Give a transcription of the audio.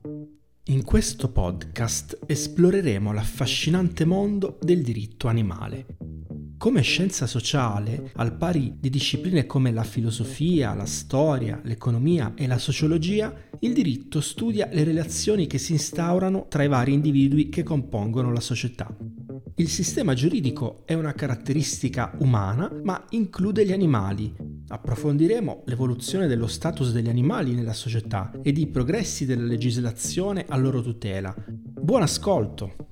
In questo podcast esploreremo l'affascinante mondo del diritto animale. Come scienza sociale, al pari di discipline come la filosofia, la storia, l'economia e la sociologia, il diritto studia le relazioni che si instaurano tra i vari individui che compongono la società. Il sistema giuridico è una caratteristica umana, ma include gli animali. Approfondiremo l'evoluzione dello status degli animali nella società ed i progressi della legislazione a loro tutela. Buon ascolto!